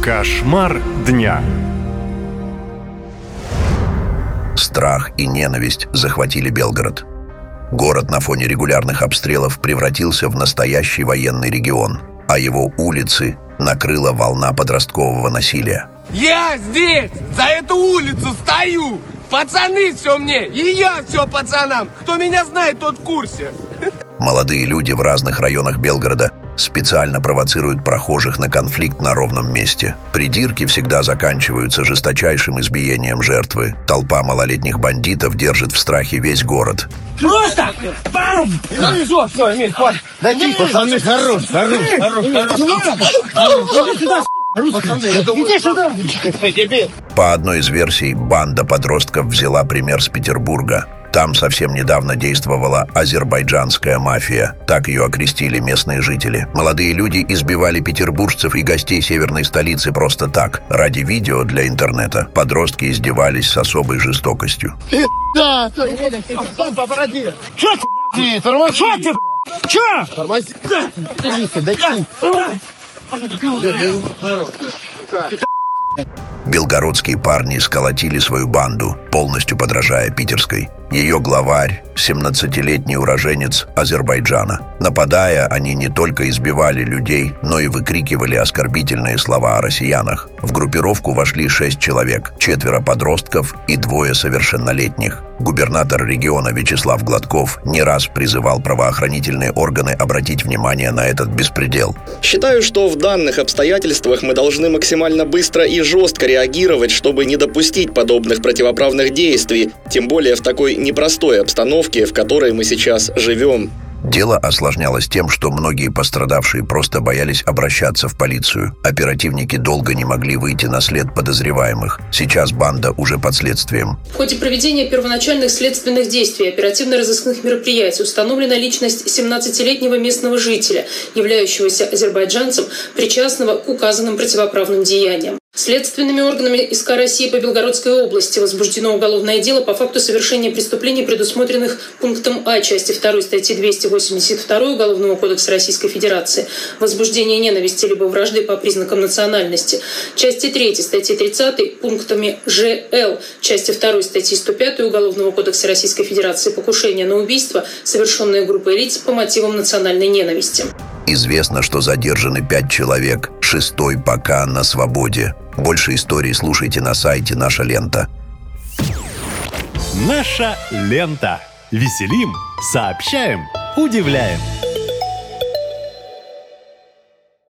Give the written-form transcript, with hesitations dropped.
Кошмар дня. Страх и ненависть захватили Белгород. Город на фоне регулярных обстрелов превратился в настоящий военный регион, а его улицы накрыла волна подросткового насилия. Я здесь, за эту улицу стою! Пацаны все мне, и я все пацанам! Кто меня знает, тот в курсе! Молодые люди в разных районах Белгорода специально провоцируют прохожих на конфликт на ровном месте. Придирки всегда заканчиваются жесточайшим избиением жертвы. Толпа малолетних бандитов держит в страхе весь город. Просто! Бам! Все, Эмиль, хватит! Да тихо, пацаны, хорош! Иди сюда! По одной из версий, банда подростков взяла пример с Петербурга. Там совсем недавно действовала азербайджанская мафия. Так ее окрестили местные жители. Молодые люди избивали петербуржцев и гостей северной столицы просто так. Ради видео для интернета подростки издевались с особой жестокостью. Да! Че ты? Тормози! Че? Тормози! Белгородские парни сколотили свою банду, полностью подражая питерской. Ее главарь – 17-летний уроженец Азербайджана. Нападая, они не только избивали людей, но и выкрикивали оскорбительные слова о россиянах. В группировку вошли 6 человек, 4 подростков и 2 совершеннолетних. Губернатор региона Вячеслав Гладков не раз призывал правоохранительные органы обратить внимание на этот беспредел. Считаю, что в данных обстоятельствах мы должны максимально быстро и жестко реагировать, чтобы не допустить подобных противоправных действий, тем более в такой непростой обстановке, в которой мы сейчас живем. Дело осложнялось тем, что многие пострадавшие просто боялись обращаться в полицию. Оперативники долго не могли выйти на след подозреваемых. Сейчас банда уже под следствием. В ходе проведения первоначальных следственных действий оперативно-розыскных мероприятий установлена личность 17-летнего местного жителя, являющегося азербайджанцем, причастного к указанным противоправным деяниям. Следственными органами СК России по Белгородской области возбуждено уголовное дело по факту совершения преступлений, предусмотренных пунктом А части 2 статьи 282 Уголовного кодекса Российской Федерации, возбуждение ненависти либо вражды по признакам национальности, части 3 статьи 30 пунктами ЖЛ части 2 статьи 105 Уголовного кодекса Российской Федерации, покушение на убийство, совершенное группой лиц по мотивам национальной ненависти. Известно, что задержаны 5 человек, 6-й пока на свободе. Больше историй слушайте на сайте «Наша лента». Наша лента. Веселим, сообщаем, удивляем.